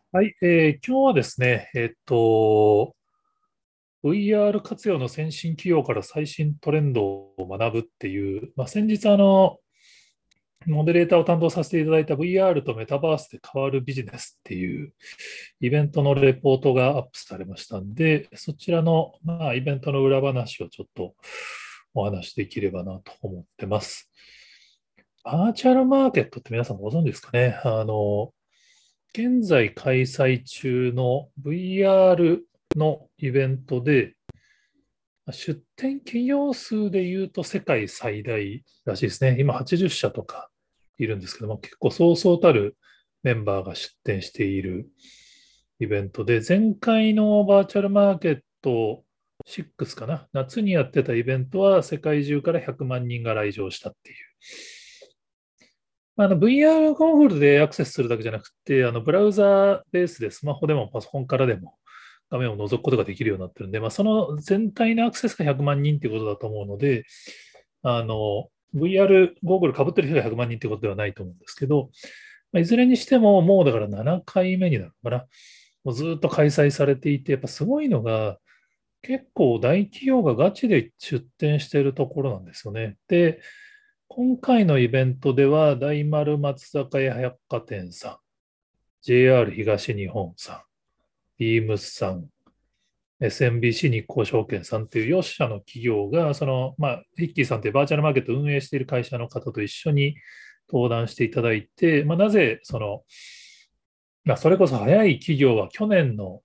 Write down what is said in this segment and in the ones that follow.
はい、今日はですね、VR 活用の先進企業から最新トレンドを学ぶっていう、先日モデレーターを担当させていただいた VR とメタバースで変わるビジネスっていうイベントのレポートがアップされましたんで、そちらの、イベントの裏話をちょっとお話しできればなと思ってます。バーチャルマーケットって皆さんご存知ですかね。現在開催中の VR のイベントで、出展企業数で言うと世界最大らしいですね。今80社とかいるんですけども、結構そうそうたるメンバーが出展しているイベントで、前回のバーチャルマーケット6かな、夏にやってたイベントは世界中から100万人が来場したっていう。VR ゴーグルでアクセスするだけじゃなくて、ブラウザベースでスマホでもパソコンからでも画面を覗くことができるようになってるんで、その全体のアクセスが100万人っていうことだと思うので、VR ゴーグル被ってる人が100万人ってことではないと思うんですけど、いずれにしてももうだから7回目になるのかな。もうずっと開催されていて、やっぱすごいのが、結構大企業がガチで出展しているところなんですよね。で、今回のイベントでは、大丸松坂屋百貨店さん、JR 東日本さん、ビームスさん、SMBC 日興証券さんっていう4社の企業が、ヒッキーさんというバーチャルマーケットを運営している会社の方と一緒に登壇していただいて、なぜ、それこそ早い企業は去年の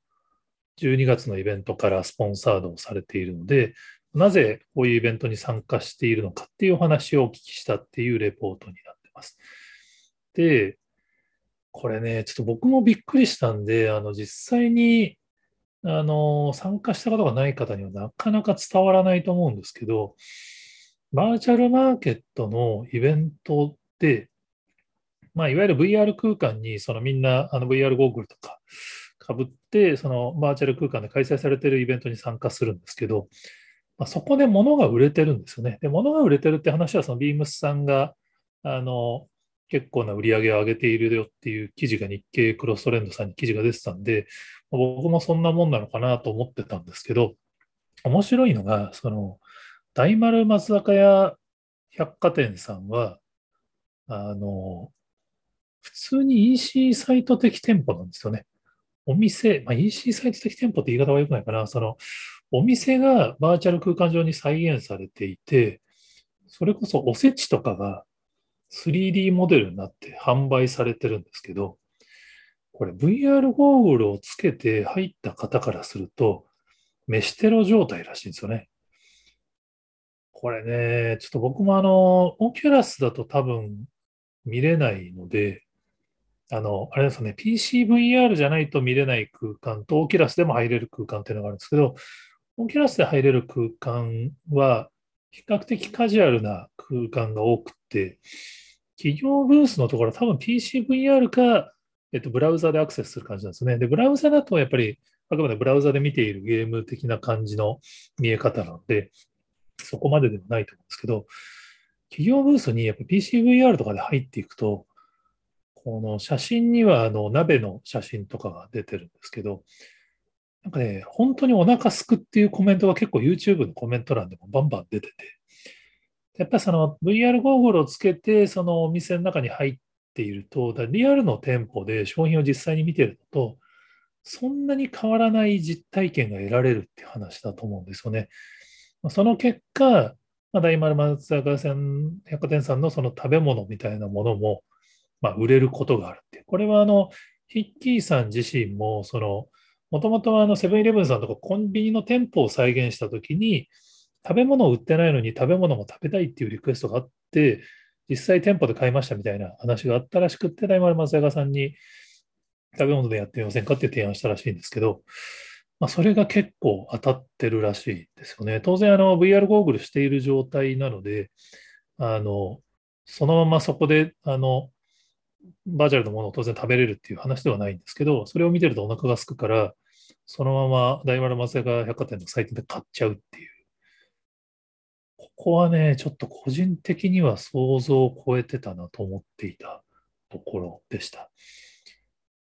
12月のイベントからスポンサードをされているので、なぜこういうイベントに参加しているのかっていうお話をお聞きしたっていうレポートになってます。で、これね、ちょっと僕もびっくりしたんで、実際に、参加したことがない方にはなかなか伝わらないと思うんですけど、バーチャルマーケットのイベントで、いわゆる VR 空間に、みんな、VR ゴーグルとか被って、そのバーチャル空間で開催されているイベントに参加するんですけど、そこで物が売れてるんですよね。で、物が売れてるって話は、そのビームスさんが、あの、結構な売り上げを上げているよっていう記事が日経クロストレンドさんに記事が出てたんで、僕もそんなもんなのかなと思ってたんですけど、面白いのが、大丸松坂屋百貨店さんは、あの、普通に EC サイト的店舗なんですよね。お店、EC サイト的店舗って言い方は良くないかな。お店がバーチャル空間上に再現されていて、それこそおせちとかが 3D モデルになって販売されてるんですけど、これ VR ゴーグルをつけて入った方からすると、飯テロ状態らしいんですよね。これね、ちょっと僕もオキュラスだと多分見れないので、あれですよね、PCVR じゃないと見れない空間と、オキュラスでも入れる空間っていうのがあるんですけど、オキュラスで入れる空間は、比較的カジュアルな空間が多くて、企業ブースのところは多分 PCVR か、ブラウザでアクセスする感じなんですね。で、ブラウザだとやっぱり、あくまでブラウザで見ているゲーム的な感じの見え方なので、そこまででもないと思うんですけど、企業ブースにやっぱ PCVR とかで入っていくと、この写真には鍋の写真とかが出てるんですけど、なんかね、本当にお腹すくっていうコメントが結構 YouTube のコメント欄でもバンバン出てて、やっぱりその VR ゴーグルをつけて、そのお店の中に入っていると、リアルの店舗で商品を実際に見てるのと、そんなに変わらない実体験が得られるっていう話だと思うんですよね。その結果、大丸松坂屋百貨店さんのその食べ物みたいなものも、売れることがあるっていう。これはヒッキーさん自身も、もともとはセブンイレブンさんとかコンビニの店舗を再現したときに、食べ物を売ってないのに食べ物も食べたいっていうリクエストがあって、実際店舗で買いましたみたいな話があったらしくって、大丸松坂さんに食べ物でやってみませんかって提案したらしいんですけど、それが結構当たってるらしいですよね。当然、VR ゴーグルしている状態なので、あの、そのままそこで、バーチャルのものを当然食べれるっていう話ではないんですけど、それを見てるとお腹が空くから、そのまま大丸松坂百貨店のサイトで買っちゃうっていう。ここはね、ちょっと個人的には想像を超えてたなと思っていたところでした。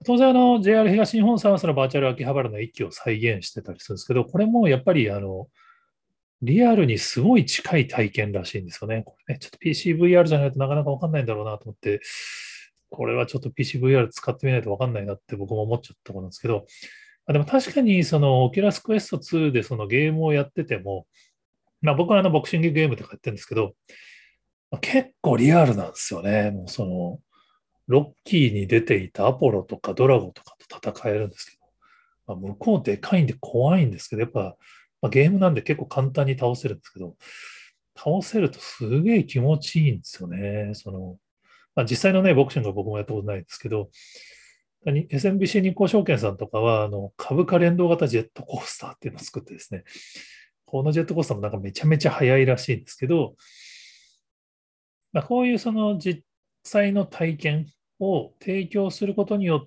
当然JR 東日本さんはそのバーチャル秋葉原の駅を再現してたりするんですけど、これもやっぱりリアルにすごい近い体験らしいんですよね。これね、ちょっと PCVR じゃないとなかなかわかんないんだろうなと思って、これはちょっと PCVR 使ってみないとわかんないなって僕も思っちゃったところなんですけど、でも確かにそのオキュラスクエスト2でそのゲームをやってても、僕はボクシングゲームとかやってるんですけど、結構リアルなんですよね。もうロッキーに出ていたアポロとかドラゴとかと戦えるんですけど、向こうでかいんで怖いんですけど、やっぱ、ゲームなんで結構簡単に倒せるんですけど、倒せるとすげえ気持ちいいんですよね。実際のね、ボクシングは僕もやったことないですけど、SMBC 日興証券さんとかは、株価連動型ジェットコースターっていうのを作ってですね、このジェットコースターもなんかめちゃめちゃ速いらしいんですけど、こういうその実際の体験を提供することによって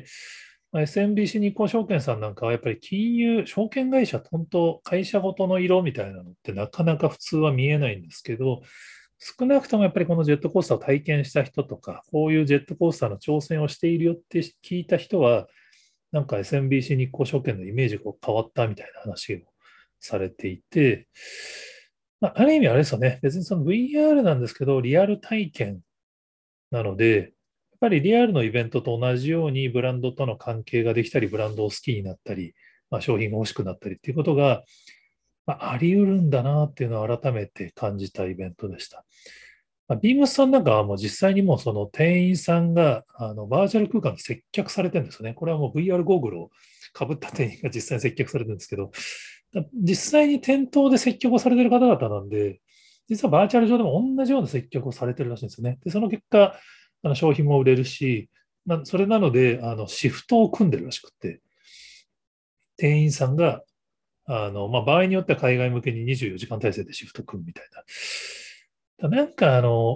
、SMBC 日興証券さんなんかはやっぱり金融、証券会社、本当、会社ごとの色みたいなのってなかなか普通は見えないんですけど、少なくともやっぱりこのジェットコースターを体験した人とか、こういうジェットコースターの挑戦をしているよって聞いた人は、なんか SMBC 日興証券のイメージが変わったみたいな話をされていて、ある意味あれですよね。別にその VR なんですけど、リアル体験なので、やっぱりリアルのイベントと同じようにブランドとの関係ができたり、ブランドを好きになったり、商品が欲しくなったりっていうことが、あり得るんだなっていうのを改めて感じたイベントでした。ビームスさんなんかはもう実際にもうその店員さんがバーチャル空間で接客されてるんですよね。これはもう VR ゴーグルをかぶった店員が実際に接客されてるんですけど、実際に店頭で接客をされてる方々なんで、実はバーチャル上でも同じような接客をされてるらしいんですよね。で、その結果、商品も売れるし、それなので、シフトを組んでるらしくて、店員さんが場合によっては海外向けに24時間体制でシフト組むみたいな。なんか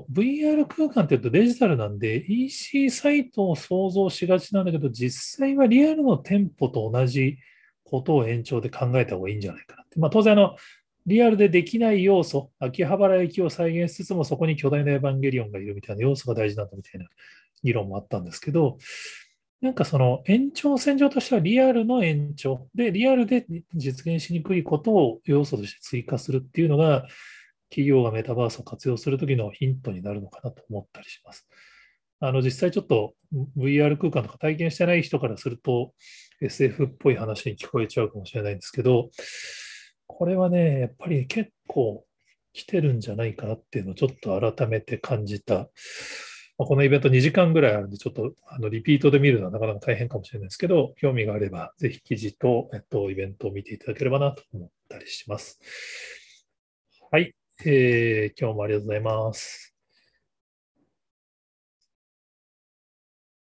VR 空間って言うとデジタルなんで EC サイトを想像しがちなんだけど、実際はリアルの店舗と同じことを延長で考えた方がいいんじゃないかなって。当然リアルでできない要素、秋葉原駅を再現しつつもそこに巨大なエヴァンゲリオンがいるみたいな要素が大事なんだみたいな議論もあったんですけど、なんかその延長線上としてはリアルの延長で、リアルで実現しにくいことを要素として追加するっていうのが、企業がメタバースを活用するときのヒントになるのかなと思ったりします。実際ちょっと VR 空間とか体験してない人からすると SF っぽい話に聞こえちゃうかもしれないんですけど、これはね、やっぱり結構来てるんじゃないかなっていうのをちょっと改めて感じた。このイベント2時間ぐらいあるんで、ちょっとリピートで見るのはなかなか大変かもしれないですけど、興味があれば、ぜひ記事と、イベントを見ていただければなと思ったりします。はい、今日もありがとうございます。